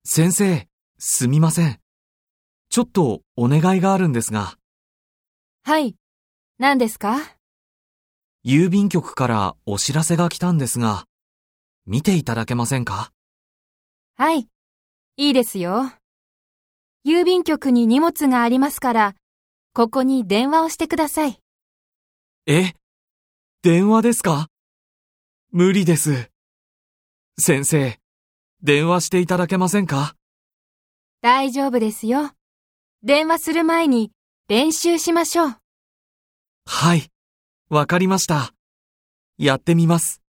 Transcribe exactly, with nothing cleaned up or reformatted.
先生、すみません。ちょっとお願いがあるんですが。 はい。何ですか？ 郵便局からお知らせが来たんですが、見ていただけませんか？ はい。いいですよ。郵便局に荷物がありますから、ここに電話をしてください。 え？電話ですか？無理です。先生、電話していただけませんか？ 大丈夫ですよ。電話する前に練習しましょう。 はい、わかりました。やってみます。